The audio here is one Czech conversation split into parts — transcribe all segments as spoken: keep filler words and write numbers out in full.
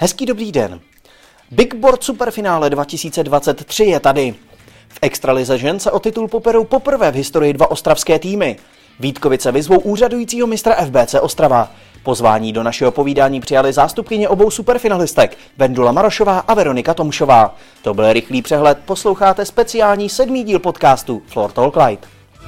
Hezký dobrý den. Big Board Superfinále dva tisíce dvacet tři je tady. V extralize žen se o titul poperou poprvé v historii dva ostravské týmy. Vítkovice vyzvou úřadujícího mistra F B C Ostrava. Pozvání do našeho povídání přijali zástupkyně obou superfinalistek Vendula Marošová a Veronika Tomšová. To byl rychlý přehled, posloucháte speciální sedmý díl podcastu Floor Talk Light.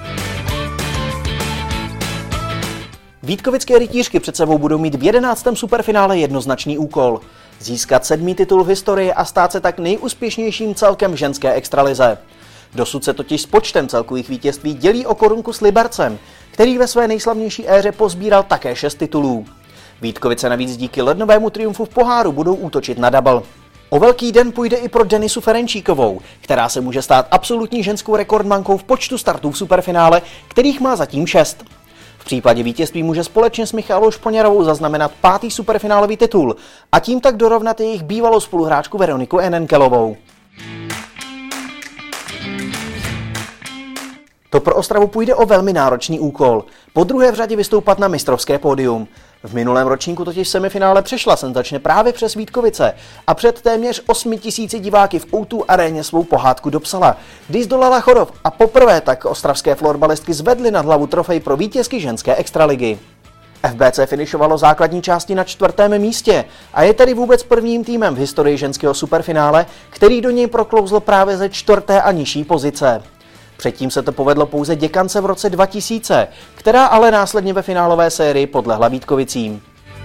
Vítkovické rytířky před sebou budou mít v jedenáctém superfinále jednoznačný úkol. Získat sedmý titul v historii a stát se tak nejúspěšnějším celkem ženské extralize. Dosud se totiž s počtem celkových vítězství dělí o korunku s Libercem, který ve své nejslavnější éře pozbíral také šest titulů. Vítkovice navíc díky lednovému triumfu v poháru budou útočit na double. O velký den půjde i pro Denisu Ferenčíkovou, která se může stát absolutní ženskou rekordmankou v počtu startů v superfinále, kterých má zatím šest. V případě vítězství může společně s Michalou Šponěrovou zaznamenat pátý superfinálový titul a tím tak dorovnat jejich bývalou spoluhráčku Veroniku Enenkelovou. To pro Ostravu půjde o velmi náročný úkol. Po druhé v řadě vystoupat na mistrovské pódium. V minulém ročníku totiž v semifinále přešla senzačně právě přes Vítkovice a před téměř osmi tisíci diváky v ó dva aréně svou pohádku dopsala, když zdolala Chodov a poprvé tak ostravské florbalistky zvedly nad hlavu trofej pro vítězky ženské extraligy. F B C finišovalo základní části na čtvrtém místě a je tedy vůbec prvním týmem v historii ženského superfinále, který do něj proklouzl právě ze čtvrté a nižší pozice. Předtím se to povedlo pouze Děkance v roce dva tisíce, která ale následně ve finálové sérii podlehla Vítkovicím.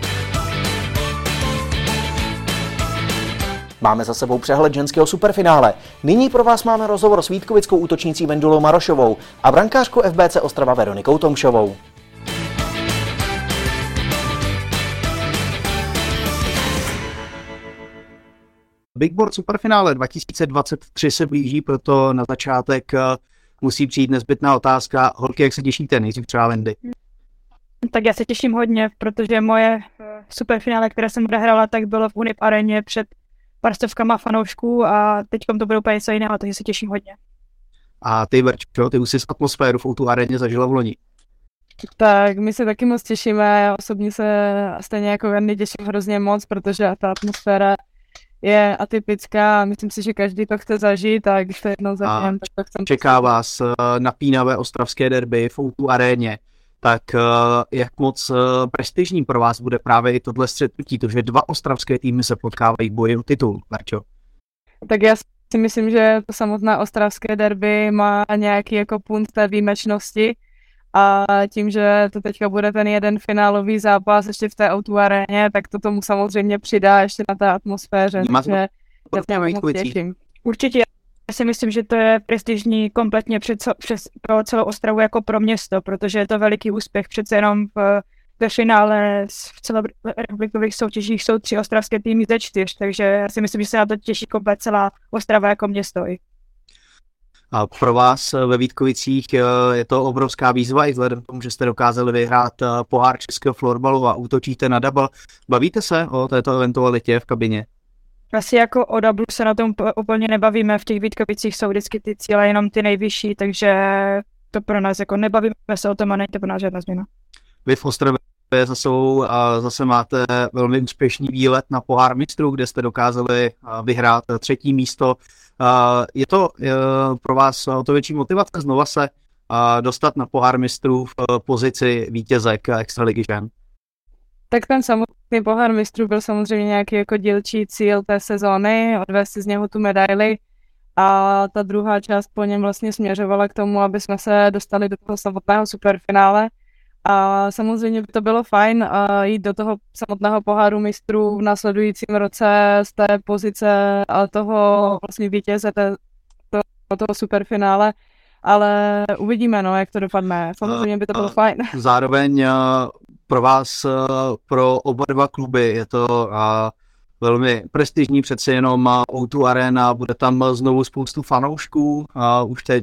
Máme za sebou přehled ženského superfinále. Nyní pro vás máme rozhovor s vítkovickou útočnící Vendulou Marošovou a brankářkou F B C Ostrava Veronikou Tomšovou. Big Board Superfinále dva tisíce dvacet tři se blíží, proto na začátek musí přijít nezbytná otázka. Holky, jak se těšíte? Nejdřív třeba Vendy. Tak já se těším hodně, protože moje superfinále, které jsem odehrála, tak bylo v Unip aréně před pár stovkama fanoušků a teďkom to bude úplně něco jiného, takže se těším hodně. A ty, Verčo, ty už jsi atmosféru v ó dva aréně zažila v loni. Tak my se taky moc těšíme, já osobně se stejně jako Vendy těším hrozně moc, protože ta atmosféra je atypická a myslím si, že každý to chce zažít a když to jednou zažijem, tak to chcem. Čeká vás napínavé ostravské derby v ó dva aréně, tak jak moc prestižní pro vás bude právě i tohle střetnutí, to, že dva ostravské týmy se potkávají v boji o titul, Verčo? Tak já si myslím, že to samotné ostravské derby má nějaký jako punt té výjimečnosti a tím, že to teďka bude ten jeden finálový zápas ještě v té ó dva aréně, tak to tomu samozřejmě přidá ještě na té atmosféře. Takže já moc těším. Určitě, já si myslím, že to je prestižní kompletně před, přes, pro celou Ostravu jako pro město, protože je to veliký úspěch. Přece jenom v, ve finále v celorepublikových soutěžích jsou tři ostravské týmy ze čtyř, takže já si myslím, že se na to těší komplet celá Ostrava jako město. A pro vás ve Vítkovicích je to obrovská výzva i vzhledem k tomu, že jste dokázali vyhrát pohár českého florbalu a útočíte na double. Bavíte se o této eventualitě v kabině? Asi jako o double se na tom úplně nebavíme, v těch Vítkovicích jsou vždycky ty cíle jenom ty nejvyšší, takže to pro nás jako nebavíme se o tom a není to pro nás žádná změna. Vy v Ostravě zase, zase máte velmi úspěšný výlet na pohár mistrů, kde jste dokázali vyhrát třetí místo. Je to pro vás o to větší motivace znova se dostat na pohár mistrů v pozici vítězek extraligy žen? Tak ten samotný pohár mistrů byl samozřejmě nějaký jako dílčí cíl té sezóny, odvést si z něho tu medaili a ta druhá část po něm vlastně směřovala k tomu, aby jsme se dostali do toho samotného superfinále. A samozřejmě by to bylo fajn a jít do toho samotného poháru mistrů v následujícím roce z té pozice a toho vlastně vítěze té, to, toho superfinále, ale uvidíme, no, jak to dopadne. Samozřejmě by to bylo fajn. Zároveň pro vás, pro oba dva kluby je to velmi prestižní, přece jenom ó dva Arena, bude tam znovu spoustu fanoušků a už teď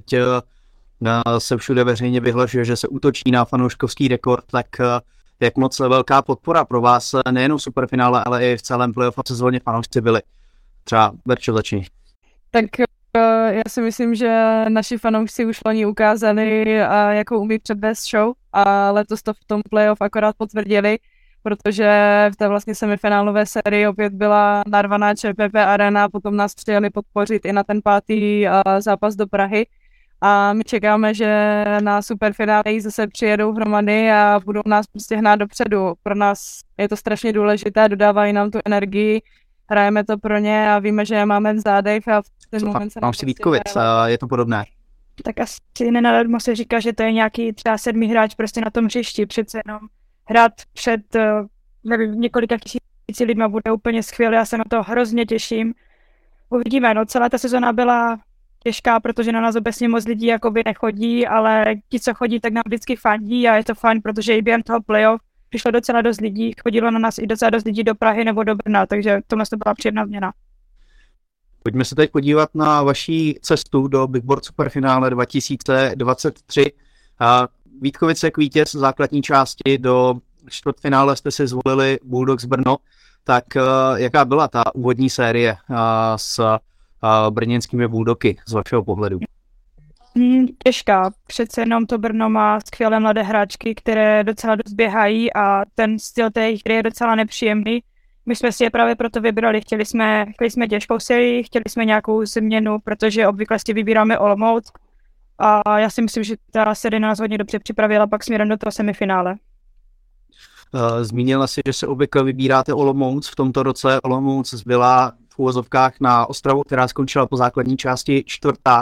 se všude veřejně vyhlašuje, že se útočí na fanouškovský rekord, tak jak moc velká podpora pro vás nejen v superfinále, ale i v celém playoff a sezóně fanoušci byli. Třeba Verčo, začni. Tak já si myslím, že naši fanoušci už loni ukázali, jako umí předvést show a letos to v tom playoff akorát potvrdili, protože v té vlastně semifinálové sérii opět byla narvaná ČPP Arena, potom nás přijeli podpořit i na ten pátý zápas do Prahy. A my čekáme, že na superfinále zase přijedou hromady a budou nás prostě hnát dopředu. Pro nás je to strašně důležité, dodávají nám tu energii, hrajeme to pro ně a víme, že je máme v zádech a v ten Co, moment se mám si Vítkovic, a je to podobné. Tak asi nenadarmo se říká, že to je nějaký třeba sedmý hráč prostě na tom hřišti. Přece jenom hrát před nevím, několika tisíci lidma bude úplně skvělé, já se na to hrozně těším. Uvidíme, no celá ta sezona byla těžká, protože na nás obecně moc lidí jakoby nechodí, ale ti, co chodí, tak nám vždycky fandí a je to fajn, protože i během toho playoff přišlo docela dost lidí, chodilo na nás i docela dost lidí do Prahy nebo do Brna, takže tohle to byla příjemná změna. Pojďme se teď podívat na vaši cestu do Big Board Superfinále dva tisíce dvacet tři. Vítkovice k vítěz základní části, do čtvrtfinále jste si zvolili Bulldogs Brno, tak jaká byla ta úvodní série s brněnskými Bulldogy z vašeho pohledu? Hmm, těžká. Přece jenom to Brno má skvělé mladé hráčky, které docela dost běhají a ten styl té hry je docela nepříjemný. My jsme si je právě proto vybrali. Chtěli jsme, chtěli jsme těžkou sérii, chtěli jsme nějakou změnu, protože obvykle si vybíráme Olomouc. A já si myslím, že ta série nás hodně dobře připravila pak směrem do toho semifinále. Zmínila si, že se obvykle vybíráte Olomouc. V tomto roce Olomouc zbyla v úvozovkách na Ostravu, která skončila po základní části čtvrtá.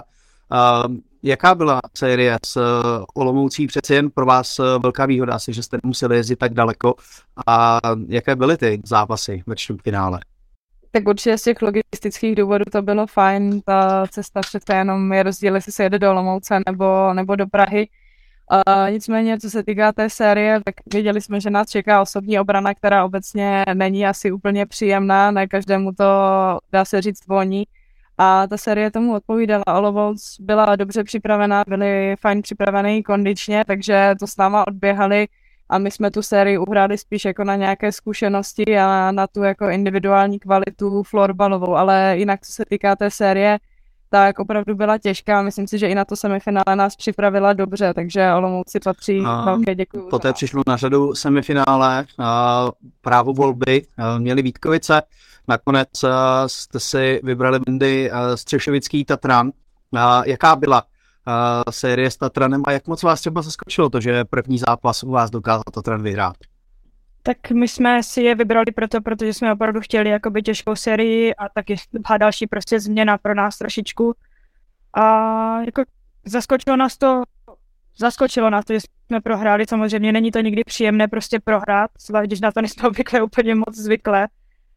Jaká byla série s Olomoucí? Přeci jen pro vás velká výhoda asi, že jste nemuseli jezdit tak daleko. A jaké byly ty zápasy ve čtvrtfinále? Tak určitě z těch logistických důvodů to bylo fajn. Ta cesta přece jenom je rozdíl, jestli se jede do Olomouce nebo, nebo do Prahy. Uh, nicméně, co se týká té série, tak věděli jsme, že nás čeká osobní obrana, která obecně není asi úplně příjemná, ne každému to, dá se říct, voní. A ta série tomu odpovídala. Olomouc byla dobře připravená, byli fajn připravený kondičně, takže to s náma odběhali a my jsme tu sérii uhráli spíš jako na nějaké zkušenosti a na tu jako individuální kvalitu florbalovou, ale jinak, co se týká té série, tak opravdu byla těžká. Myslím si, že i na to semifinále nás připravila dobře, takže Olomouci patří a velké děkuju. Poté přišlo na řadu semifinále, a právo volby měli Vítkovice. Nakonec jste si vybrali bandy Střešovický Tatran. Jaká byla série s Tatranem a jak moc vás třeba zaskočilo to, že první zápas u vás dokázal Tatran vyhrát? Tak my jsme si je vybrali proto, protože jsme opravdu chtěli jakoby těžkou sérii a taky byla další prostě změna pro nás trošičku. A jako zaskočilo nás to, zaskočilo nás to, že jsme prohráli, samozřejmě není to nikdy příjemné prostě prohrát, zvlášť když na to nejsme obvykle úplně moc zvyklé.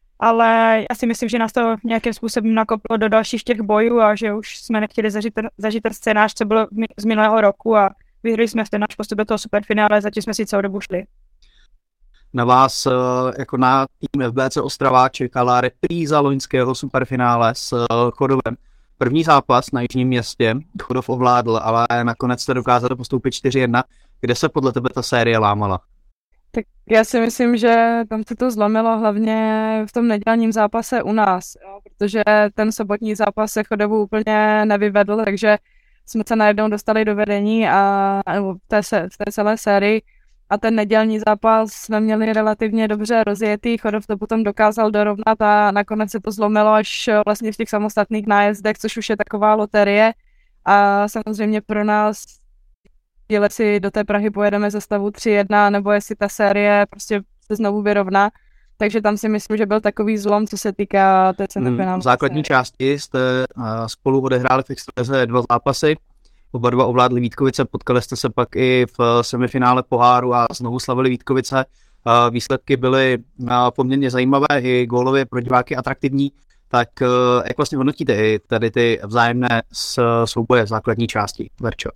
Ale já si myslím, že nás to nějakým způsobem nakoplo do dalších těch bojů a že už jsme nechtěli zažít ten, zažít ten scénář, co bylo z minulého roku a vyhráli jsme ten náš postup do toho superfinále, zatím jsme si celou dobu šli. Na vás jako na tým F B C Ostrava čekala repríza loňského superfinále s Chodovem. První zápas na jižním městě Chodov ovládl, ale nakonec jste dokázali postoupit čtyři jedna. Kde se podle tebe ta série lámala? Tak já si myslím, že tam se to zlomilo hlavně v tom nedělním zápase u nás, jo, protože ten sobotní zápas se Chodovu úplně nevyvedl, takže jsme se najednou dostali do vedení a nebo v té, v té celé sérii a ten nedělní zápas jsme měli relativně dobře rozjetý, Chodov to potom dokázal dorovnat a nakonec se to zlomilo až vlastně v těch samostatných nájezdech, což už je taková loterie a samozřejmě pro nás jestli do té Prahy pojedeme za stavu tři jedna, nebo jestli ta série prostě se znovu vyrovná. Takže tam si myslím, že byl takový zlom, co se týká té semifinální. V základní série. Části jste spolu odehráli v extralize dva zápasy. Oba dva ovládli Vítkovice, potkali jste se pak i v semifinále poháru a znovu slavili Vítkovice. Výsledky byly poměrně zajímavé, i gólově pro diváky atraktivní. Tak jak vlastně hodnotíte i tady ty vzájemné souboje v základní části, Verčo?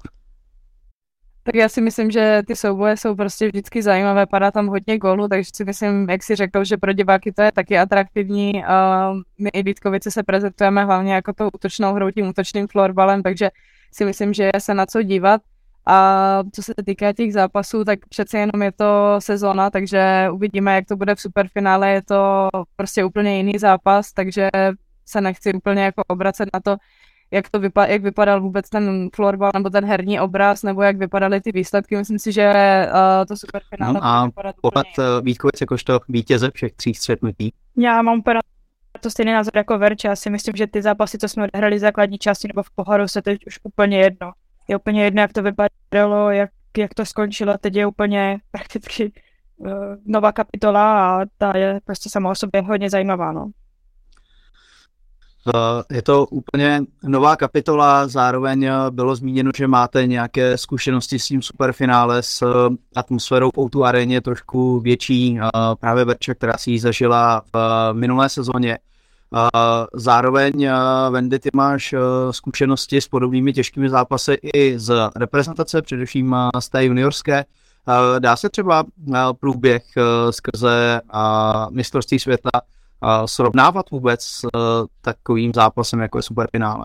Tak já si myslím, že ty souboje jsou prostě vždycky zajímavé, padá tam hodně gólů, takže si myslím, jak si řekl, že pro diváky to je taky atraktivní. My i Vítkovice se prezentujeme hlavně jako tou útočnou hrou, tím útočným florbalem, takže si myslím, že je se na co dívat. A co se týká těch zápasů, tak přece jenom je to sezóna, takže uvidíme, jak to bude v superfinále, je to prostě úplně jiný zápas, takže se nechci úplně jako obracet na to, jak to vypa- jak vypadal vůbec ten florbal nebo ten herní obraz, nebo jak vypadaly ty výsledky. Myslím si, že uh, to superfinále no a pohled Vítkovic jakožto vítěze všech tří střetnutí. Já mám úplně to stejný názor jako Verče. Já si myslím, že ty zápasy, co jsme odehrali v základní části nebo v pohoru, se teď už úplně jedno. Je úplně jedno, jak to vypadalo, jak, jak to skončilo. Teď je úplně prakticky uh, nová kapitola a ta je prostě sama o sobě hodně zajímavá. No. Je to úplně nová kapitola, zároveň bylo zmíněno, že máte nějaké zkušenosti s tím superfinále, s atmosférou v ó dvě aréně trošku větší, právě Verča, která si ji zažila v minulé sezóně. Zároveň, Wendy, ty máš zkušenosti s podobnými těžkými zápasy i z reprezentace, především z té juniorské. Dá se třeba průběh skrze mistrovství světa a srovnávat vůbec s uh, takovým zápasem, jako je superfinále?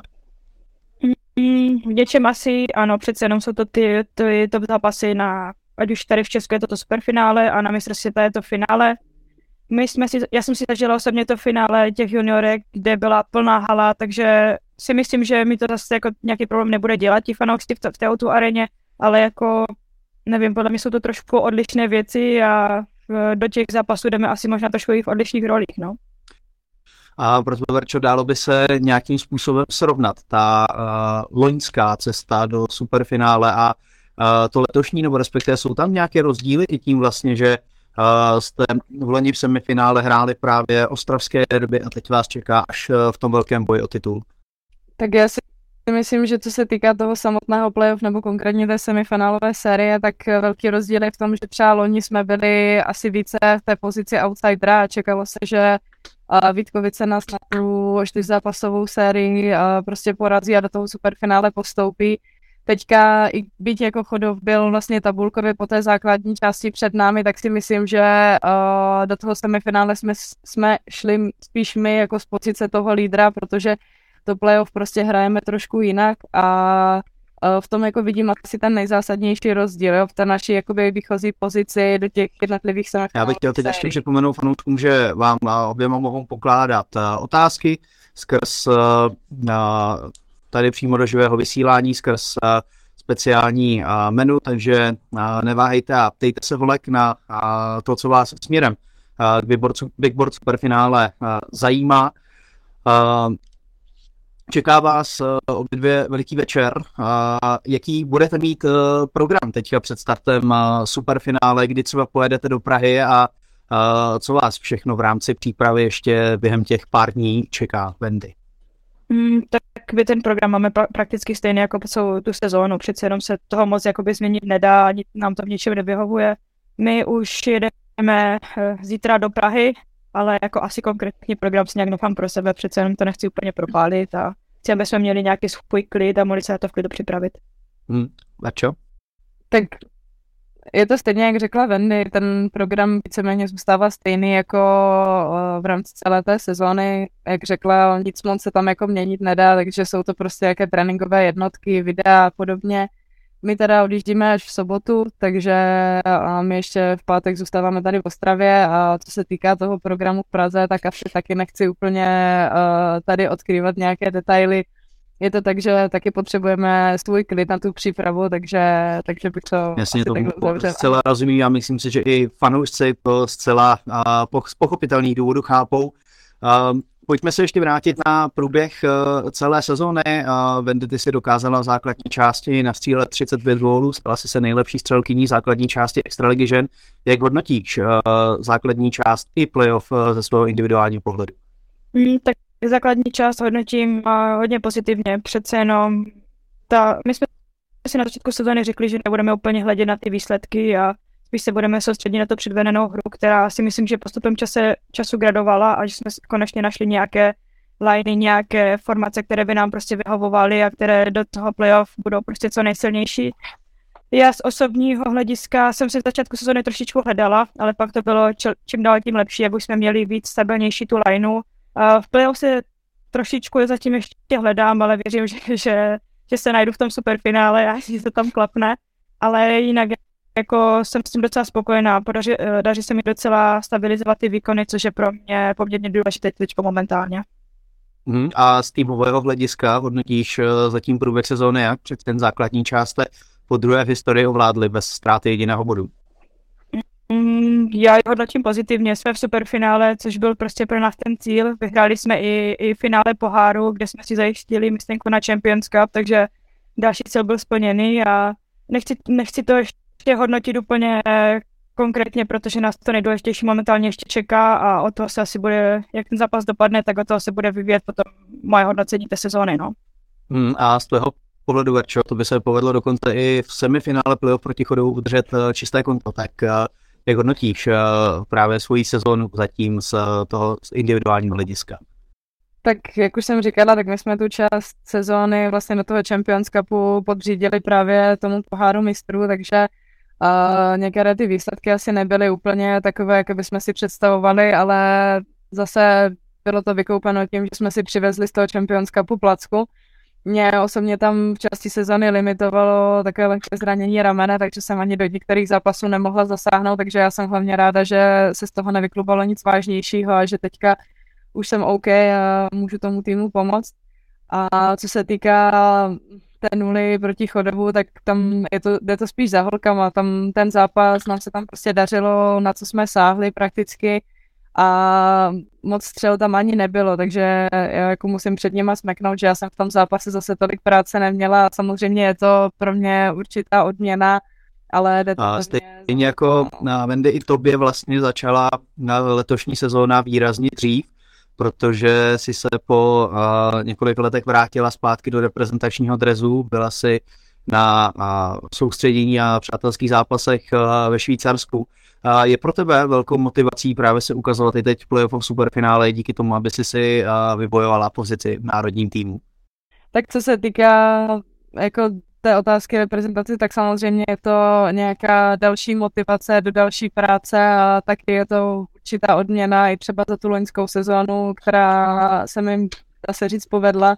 Mm, v něčem asi ano, přece jenom jsou to ty, ty top zápasy na, ať už tady v Česku je to, to superfinále a na mistrovství světa je to finále. My jsme si, já jsem si zažila osobně to finále těch juniorek, kde byla plná hala, takže si myslím, že mi to zase jako nějaký problém nebude dělat ti fanoušci v, v té ó dvě aréně, ale jako nevím, podle mě jsou to trošku odlišné věci a do těch zápasů jdeme asi možná trošku i v odlišných rolích, no. A proto, Verčo, dálo by se nějakým způsobem srovnat ta uh, loňská cesta do superfinále a uh, to letošní, nebo respektive jsou tam nějaké rozdíly i tím vlastně, že uh, jste v loni v semifinále hráli právě ostravské derby a teď vás čeká až uh, v tom velkém boji o titul? Tak já si myslím, že co se týká toho samotného playoff nebo konkrétně té semifinálové série, tak velký rozdíl je v tom, že třeba loni jsme byli asi více v té pozici outsidera a čekalo se, že Vítkovice nás na tu čtyřzápasovou sérii prostě porazí a do toho superfinále postoupí. Teďka, i byť jako Chodov byl vlastně tabulkově po té základní části před námi, tak si myslím, že do toho semifinále jsme, jsme šli spíš my jako z pozice toho lídra, protože to playoff prostě hrajeme trošku jinak a v tom jako vidím asi ten nejzásadnější rozdíl, jo, v té naší jakoby výchozí pozici do těch jednotlivých semifinálů. Já bych chtěl teď ještě připomenout fanouškům, že vám oběma mohou pokládat otázky skrz tady přímo do živého vysílání, skrz speciální menu, takže neváhejte a ptejte se volek na to, co vás směrem k Big Board superfinále zajímá. Čeká vás obě dvě veliký večer. Jaký budete mít program teďka před startem superfinále, kdy třeba pojedete do Prahy a co vás všechno v rámci přípravy ještě během těch pár dní čeká, Wendy? Mm, tak my ten program máme pra- prakticky stejný jako celou tu sezónu, přece jenom se toho moc jakoby změnit nedá, ani nám to v ničem nevyhovuje. My už jedeme zítra do Prahy, ale jako asi konkrétní program si nějak nechám pro sebe, přece jenom to nechci úplně propálit a chci, aby jsme měli nějaký svůj klid a mohli se na to v klidu připravit. Hmm, a čo? Tak je to stejně, jak řekla Wendy, ten program víceméně zůstává stejný jako v rámci celé té sezóny, jak řekla, nic moc se tam jako měnit nedá, takže jsou to prostě jaké tréninkové jednotky, videa a podobně. My teda odjíždíme až v sobotu, takže my ještě v pátek zůstáváme tady v Ostravě a co se týká toho programu v Praze, tak asi taky nechci úplně tady odkrývat nějaké detaily. Je to tak, že taky potřebujeme svůj klid na tu přípravu, takže, takže bych to Jasně, asi to tak zcela rozumím a myslím si, že i fanoušci to zcela z pochopitelných důvodů chápou. Pojďme se ještě vrátit na průběh celé sezóny. Wendy, ty si dokázala v základní části nastřílet třicet pět gólů, stala si se nejlepší střelkyní základní části Extraligy žen. Jak hodnotíš základní část i playoff ze svého individuálního pohledu? Mm, tak základní část hodnotím hodně pozitivně, přece jenom ta, my jsme si na začátku sezóny řekli, že nebudeme úplně hledět na ty výsledky a spíš se budeme soustředit na to předvedenou hru, která si myslím, že postupem čase, času gradovala a že jsme konečně našli nějaké liney, nějaké formace, které by nám prostě vyhovovaly a které do toho playoff budou prostě co nejsilnější. Já z osobního hlediska jsem se v začátku sezóny trošičku hledala, ale pak to bylo čím dál tím lepší, jak už jsme měli víc stabilnější tu lineu. V playoff se trošičku zatím ještě hledám, ale věřím, že, že, že se najdu v tom superfinále a že to tam klapne, ale jinak jako jsem s tím docela spokojená, podaří, daří se mi docela stabilizovat ty výkony, což je pro mě poměrně důležité teďko momentálně. Hmm, a z týmového hlediska hodnotíš zatím průběh sezóny jak? Před ten základní část jste po druhé v historii ovládli bez ztráty jediného bodu. Mm, já ji hodnotím pozitivně, jsme v superfinále, což byl prostě pro nás ten cíl. Vyhráli jsme i, i finále poháru, kde jsme si zajistili myšlenku na Champions Cup, takže další cíl byl splněný a nechci, nechci to ještě hodnotit úplně konkrétně, protože nás to nejdůležitější momentálně ještě čeká a o toho se asi bude, jak ten zápas dopadne, tak o toho se bude vyvíjet potom moje hodnocení té sezóny. No. Hmm, a z tvého pohledu, Verčo, to by se povedlo dokonce i v semifinále playoff proti Chodovu udržet čisté konto, tak jak hodnotíš právě svoji sezónu zatím z toho individuálního hlediska? Tak jak už jsem říkala, tak my jsme tu část sezóny vlastně do toho Champions Cupu podřídili právě tomu poháru mistrů, takže uh, některé ty výsledky asi nebyly úplně takové, jak bychom si představovali, ale zase bylo to vykoupeno tím, že jsme si přivezli z toho Champions Cupu placku. Mě osobně tam v části sezony limitovalo takové lehké zranění ramene, takže jsem ani do některých zápasů nemohla zasáhnout, takže já jsem hlavně ráda, že se z toho nevyklubalo nic vážnějšího a že teďka už jsem OK a můžu tomu týmu pomoct. A co se týká té nuly proti Chodovu, tak tam je to, jde to spíš za holkama. Tam ten zápas, nám se tam prostě dařilo, na co jsme sáhli prakticky a moc střel tam ani nebylo, takže já jako musím před nima smeknout, že já jsem v tom zápase zase tolik práce neměla. Samozřejmě je to pro mě určitá odměna, ale jde to a stejně jako na Wendy i tobě vlastně začala na letošní sezóna výrazně dřív, protože si se po uh, několik letech vrátila zpátky do reprezentačního dresu, byla si na uh, soustředění a přátelských zápasech uh, ve Švýcarsku. Uh, je pro tebe velkou motivací právě se ukazovat i teď v playoff superfinále díky tomu, aby si si uh, vybojovala pozici v národním týmu? Tak co se týká jako té otázky reprezentace, tak samozřejmě je to nějaká další motivace do další práce a taky je to určitá odměna i třeba za tu loňskou sezónu, která se mi, dá se říct, povedla.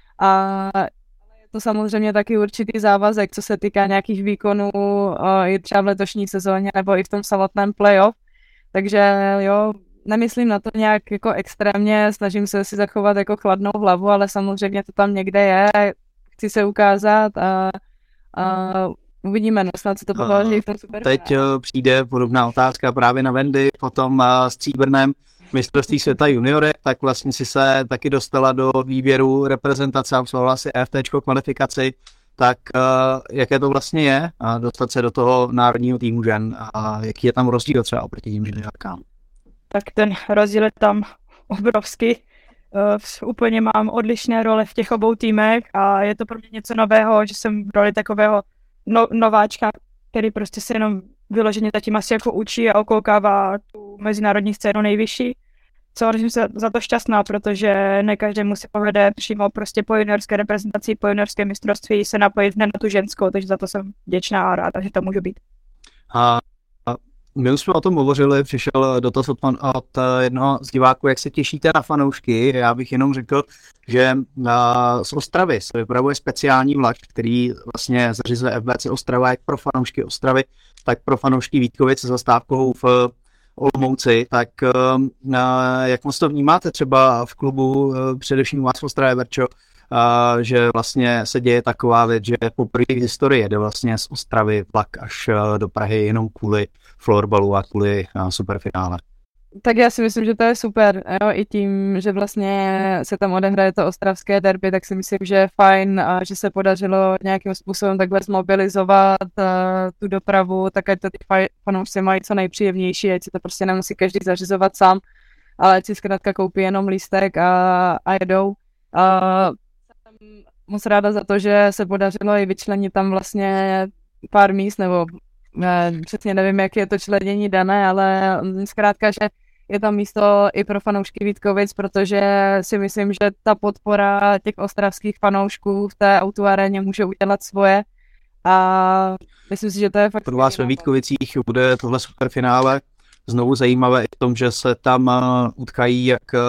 A je to samozřejmě taky určitý závazek, co se týká nějakých výkonů i třeba v letošní sezóně nebo i v tom samotném playoff. Takže jo, nemyslím na to nějak jako extrémně, snažím se si zachovat jako chladnou hlavu, ale samozřejmě to tam někde je. Chci se ukázat a, a uvidíme, no snad se to považuje v tom super. Teď uh, přijde podobná otázka právě na Wendy, potom uh, s stříbrném mistrovství světa juniorek, tak vlastně si se taky dostala do výběru reprezentace, absolvovala si E F T kvalifikaci, tak uh, jaké to vlastně je a dostat se do toho národního týmu žen a jaký je tam rozdíl třeba oproti tím juniorkám? Tak ten rozdíl je tam obrovský. Uh, úplně mám odlišné role v těch obou týmech a je to pro mě něco nového, že jsem v roli takového no, nováčka, který prostě se jenom vyloženě zatím asi jako učí a okoukává tu mezinárodní scénu nejvyšší. Samozřejmě jsem za to šťastná, protože ne každému se povede přímo prostě po juniorské reprezentaci, po juniorské mistrovství se napojit hned na tu ženskou, takže za to jsem vděčná a ráda, že to může být. A my už jsme o tom hovořili, přišel dotaz od, od jednoho z diváků, jak se těšíte na fanoušky. Já bych jenom řekl, že z Ostravy se vypravuje speciální vlak, který vlastně zařizuje F B C Ostrava jak pro fanoušky Ostravy, tak pro fanoušky Vítkovic se zastávkou v Olomouci. Tak jak moc to vnímáte třeba v klubu, především u vás v Ostravě, Verčo, že vlastně se děje taková věc, že poprvé v historii jede vlastně z Ostravy vlak až do Prahy jenom kvůli florbalu a kvůli superfinále. Tak já si myslím, že to je super, jo, i tím, že vlastně se tam odehraje to ostravské derby, tak si myslím, že je fajn a že se podařilo nějakým způsobem takhle zmobilizovat uh, tu dopravu, tak ať to ty fanoušci mají co nejpříjemnější, ať si to prostě nemusí každý zařizovat sám, ale ať si zkrátka koupí jenom lístek a, a jedou. Uh, jsem moc ráda za to, že se podařilo i vyčlenit tam vlastně pár míst, nebo ne, přesně nevím, jak je to členění dané, ale zkrátka, že je tam místo i pro fanoušky Vítkovic, protože si myslím, že ta podpora těch ostravských fanoušků v té autoaréně může udělat svoje a myslím si, že to je fakt... Pro vás ve Vítkovicích bude tohle superfinále znovu zajímavé i v tom, že se tam uh, utkají jak uh,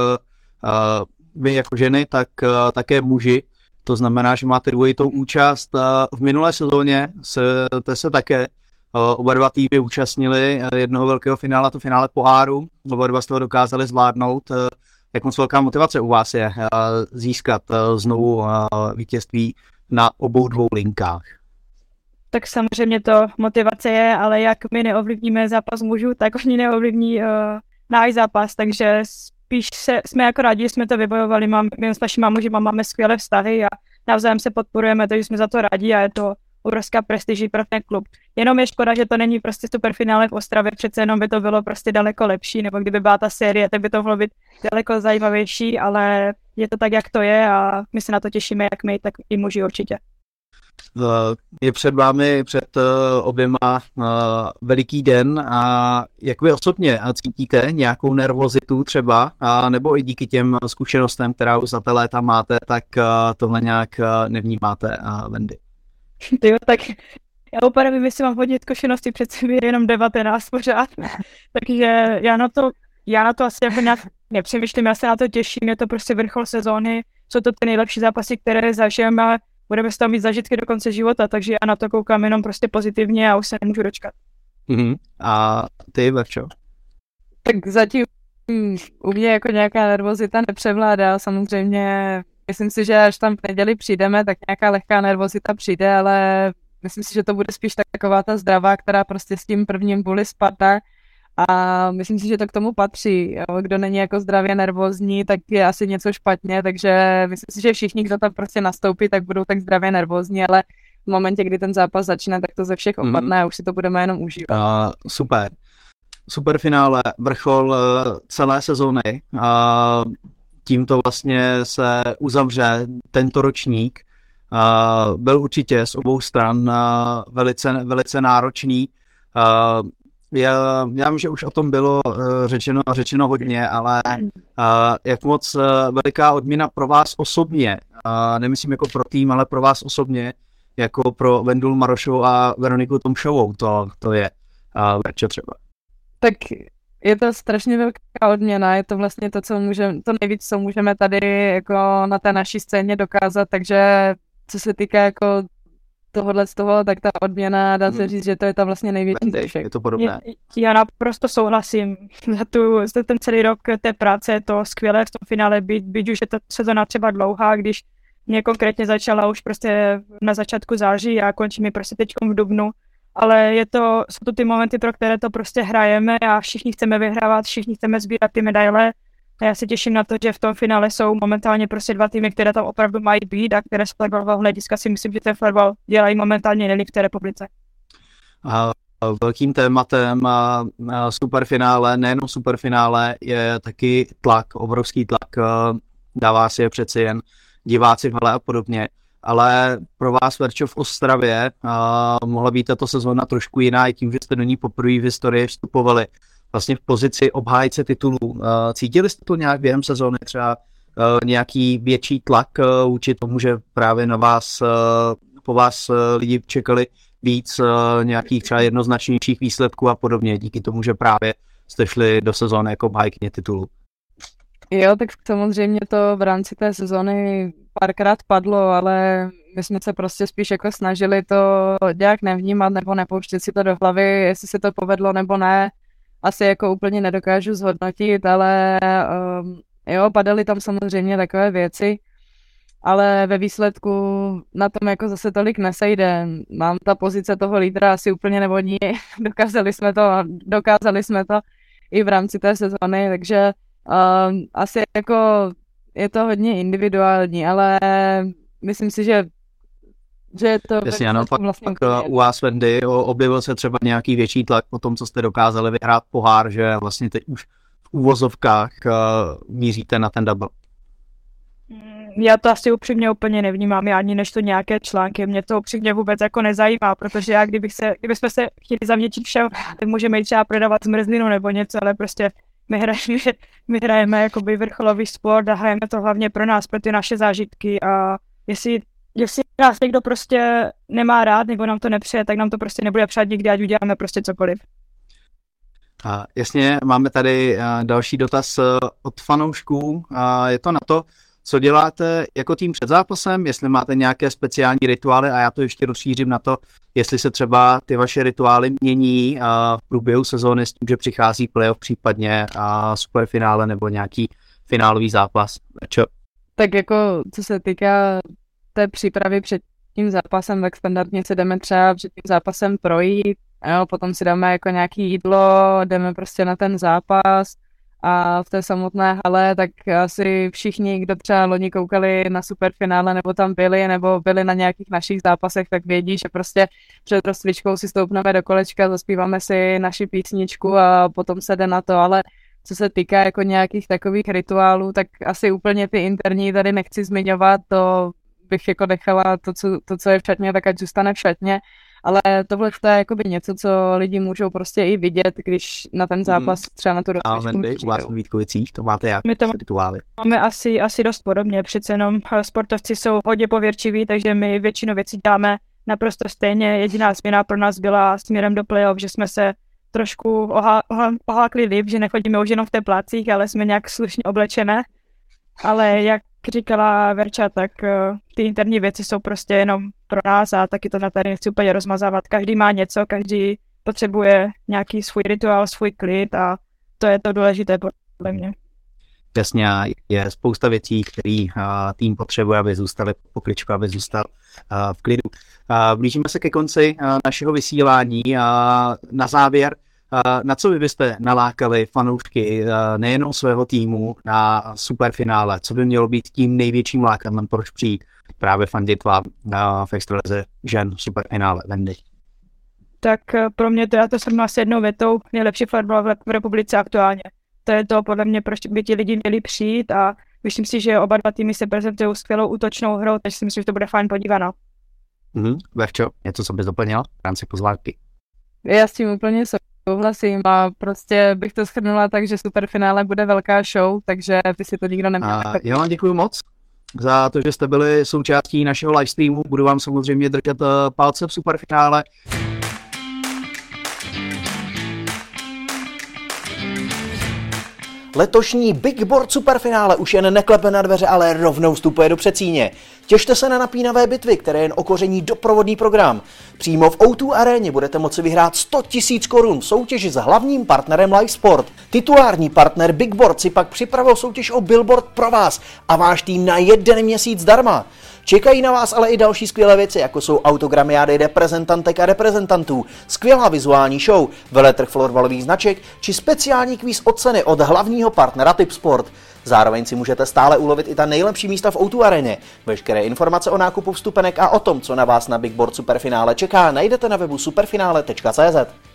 vy jako ženy, tak uh, také muži. To znamená, že máte dvojitou účast. Uh, v minulé sezóně se, to se také oba dva týmy účastnili jednoho velkého finále, to finále poháru. Oba dva z toho dokázali zvládnout. jak moc velká motivace u vás je získat znovu vítězství na obou dvou linkách? Tak samozřejmě to motivace je, ale jak my neovlivníme zápas mužů, tak oni neovlivní uh, náš zápas, takže spíš se, jsme jako rádi, že jsme to vybojovali, mám, my s našimi mužima máme skvělé vztahy a navzájem se podporujeme, takže jsme za to rádi a je to obrovská prestiží pro ten klub. Jenom je škoda, že to není prostě superfinále v Ostravě, přece jenom by to bylo prostě daleko lepší, nebo kdyby byla ta série, tak by to mohlo být daleko zajímavější, ale je to tak, jak to je a my se na to těšíme, jak my, tak i muži určitě. Je před vámi, před oběma veliký den a jak vy osobně cítíte nějakou nervozitu třeba, a nebo i díky těm zkušenostem, která už za té léta máte, tak tohle nějak nevnímáte, Wendy? Jo, tak já úplně nevím, jestli mám hodně zkušenosti, přece mi je jenom devatenáct pořád, takže já na to, já na to asi jako nějak nepřemýšlím, já se na to těším, je to prostě vrchol sezóny, jsou to ty nejlepší zápasy, které zažijeme, budeme z toho mít zažitky do konce života, takže já na to koukám jenom prostě pozitivně a už se nemůžu dočkat. Mm-hmm. A ty, Verčo? Tak zatím u mě jako nějaká nervozita nepřevládá, samozřejmě myslím si, že až tam v neděli přijdeme, tak nějaká lehká nervozita přijde, ale myslím si, že to bude spíš taková ta zdravá, která prostě s tím prvním buli spadá a myslím si, že to k tomu patří. Jo? Kdo není jako zdravě nervózní, tak je asi něco špatně, takže myslím si, že všichni, kdo tam prostě nastoupí, tak budou tak zdravě nervózní, ale v momentě, kdy ten zápas začne, tak to ze všech opadne a už si to budeme jenom užívat. Uh, super. Superfinále, vrchol uh, celé sezóny. Uh, tímto vlastně se uzavře tento ročník. Uh, byl určitě z obou stran uh, velice, velice náročný. Uh, já, já vím, že už o tom bylo uh, řečeno, řečeno hodně, ale uh, jak moc uh, veliká odměna pro vás osobně, uh, nemyslím jako pro tým, ale pro vás osobně, jako pro Vendulu Marošovou a Veroniku Tomšovou, to, to je uh, Verče třeba. Tak je to strašně velká odměna, je to vlastně to, co můžeme, to nejvíc, co můžeme tady jako na té naší scéně dokázat, takže co se týká jako tohohle z toho, tak ta odměna, dá se říct, že to je ta vlastně největší ze všech. Je to podobné. Já naprosto souhlasím. Za, tu, za ten celý rok té práce je to skvělé v tom finále, byť, byť už je ta sezona třeba dlouhá, když mě konkrétně začala už prostě na začátku září a končí mi prostě teďkom v dubnu, ale je to, jsou to ty momenty, pro které to prostě hrajeme a všichni chceme vyhrávat, všichni chceme sbírat ty medaile. A já se těším na to, že v tom finále jsou momentálně prostě dva týmy, které tam opravdu mají být a které z florbalového hlediska si myslím, že ten florbal dělají momentálně nejlíp v té republice. A velkým tématem a superfinále, nejenom superfinále, je taky tlak, obrovský tlak, dává si je přeci jen diváci v hale a podobně. Ale pro vás, Verčo, v Ostravě uh, mohla být tato sezóna trošku jiná, i tím, že jste do ní poprvé v historii vstupovali vlastně v pozici obhájce titulů. Uh, cítili jste to nějak během sezóny, třeba uh, nějaký větší tlak uh, vůči tomu, že právě na vás, uh, po vás uh, lidi čekali víc uh, nějakých třeba jednoznačnějších výsledků a podobně, díky tomu, že právě jste šli do sezóny jako obhájkyně titulů? Jo, tak samozřejmě to v rámci té sezóny párkrát padlo, ale my jsme se prostě spíš jako snažili to nějak nevnímat nebo nepouštět si to do hlavy, jestli se to povedlo nebo ne. Asi jako úplně nedokážu zhodnotit, ale um, jo, padaly tam samozřejmě takové věci, ale ve výsledku na tom jako zase tolik nesejde. Mám ta pozice toho lídra asi úplně nevodní, dokázali jsme to, dokázali jsme to i v rámci té sezóny, takže um, asi jako je to hodně individuální, ale myslím si, že, že je to... Jasně, ano, pak, vlastně pak u vás, Wendy, objevil se třeba nějaký větší tlak po tom, co jste dokázali vyhrát pohár, že vlastně teď už v úvozovkách uh, míříte na ten double. Já to asi upřímně úplně nevnímám, já ani než to nějaké články, mě to upřímně vůbec jako nezajímá, protože já kdybych se, kdybychom se chtěli zaměčit všem, tak můžeme jít třeba prodávat zmrzlinu nebo něco, ale prostě my hrajeme, my hrajeme jakoby vrcholový sport a hrajeme to hlavně pro nás, pro ty naše zážitky a jestli, jestli nás někdo prostě nemá rád nebo nám to nepřeje, tak nám to prostě nebude přát nikdy, ať uděláme prostě cokoliv. A jasně, máme tady další dotaz od fanoušků a je to na to, co děláte jako tým před zápasem, jestli máte nějaké speciální rituály a já to ještě rozšířím na to, jestli se třeba ty vaše rituály mění v průběhu sezóny s tím, že přichází playoff případně a superfinále nebo nějaký finálový zápas. Čo? Tak jako co se týká té přípravy před tím zápasem, tak standardně se jdeme třeba před tím zápasem projít, jo, potom si dáme jako nějaký jídlo, jdeme prostě na ten zápas a v té samotné hale, tak asi všichni, kdo třeba loni koukali na superfinále nebo tam byli, nebo byli na nějakých našich zápasech, tak vědí, že prostě před rozcvičkou si stoupneme do kolečka, zaspíváme si naši písničku a potom se jde na to, ale co se týká jako nějakých takových rituálů, tak asi úplně ty interní tady nechci zmiňovat, to bych jako nechala to, co, to, co je v šatně, tak ať zůstane v šatně, ale tohle to je jakoby něco, co lidi můžou prostě i vidět, když na ten zápas třeba na tu rozcvičku přijdou. A u vás v Vítkovicích to máte jak my to rituály? Máme asi, asi dost podobně, přece jenom sportovci jsou hodně pověrčiví, takže my většinu věcí děláme naprosto stejně. Jediná změna pro nás byla směrem do playoff, že jsme se trošku ohá, ohá, ohákli líp, že nechodíme už jenom v teplácích, ale jsme nějak slušně oblečené. Ale jak říkala Verča, tak uh, ty interní věci jsou prostě jenom pro nás a taky to na tady nechci úplně rozmazávat. Každý má něco, každý potřebuje nějaký svůj rituál, svůj klid a to je to důležité podle mě. Jasně, je spousta věcí, které uh, tým potřebuje, aby zůstali po kličku, aby zůstal uh, v klidu. Uh, blížíme se ke konci uh, našeho vysílání a uh, na závěr, uh, na co vy byste nalákali fanoušky uh, nejenom svého týmu na superfinále? Co by mělo být tím největším lákadlem, proč přijít právě fandit vám uh, v extralize žen superfinále? Vendy? Tak uh, pro mě to já to shrnu asi jednou větou, nejlepší fotbal v, v republice aktuálně. To je to podle mě, proč by ti lidi měli přijít a myslím si, že oba dva týmy se prezentují skvělou útočnou hrou, takže si myslím, že to bude fajn podíváno. Mm-hmm. Verčo, něco, co bys doplnila v rámci pozvánky? Já s tím úplně souhlasím a prostě bych to shrnula tak, že superfinále bude velká show, takže ty si to nikdo neměl. Já vám děkuji moc za to, že jste byli součástí našeho livestreamu. Budu vám samozřejmě držet palce v superfinále. Letošní Big Board superfinále už jen neklepe na dveře, ale rovnou vstupuje do předsíně. Těšte se na napínavé bitvy, které jen okoření doprovodný program. Přímo v ó dva aréně budete moci vyhrát sto tisíc korun v soutěži s hlavním partnerem Live Sport. Titulární partner Big Board si pak připravil soutěž o billboard pro vás a váš tým na jeden měsíc zdarma. Čekají na vás ale i další skvělé věci, jako jsou autogramiády reprezentantek a reprezentantů, skvělá vizuální show, veletrh florbalových značek či speciální kvíz od ceny od hlavního partnera Tipsport. Zároveň si můžete stále ulovit i ta nejlepší místa v ó dva aréně. Veškeré informace o nákupu vstupenek a o tom, co na vás na Big Board superfinále čeká, najdete na webu superfinále tečka cé zet.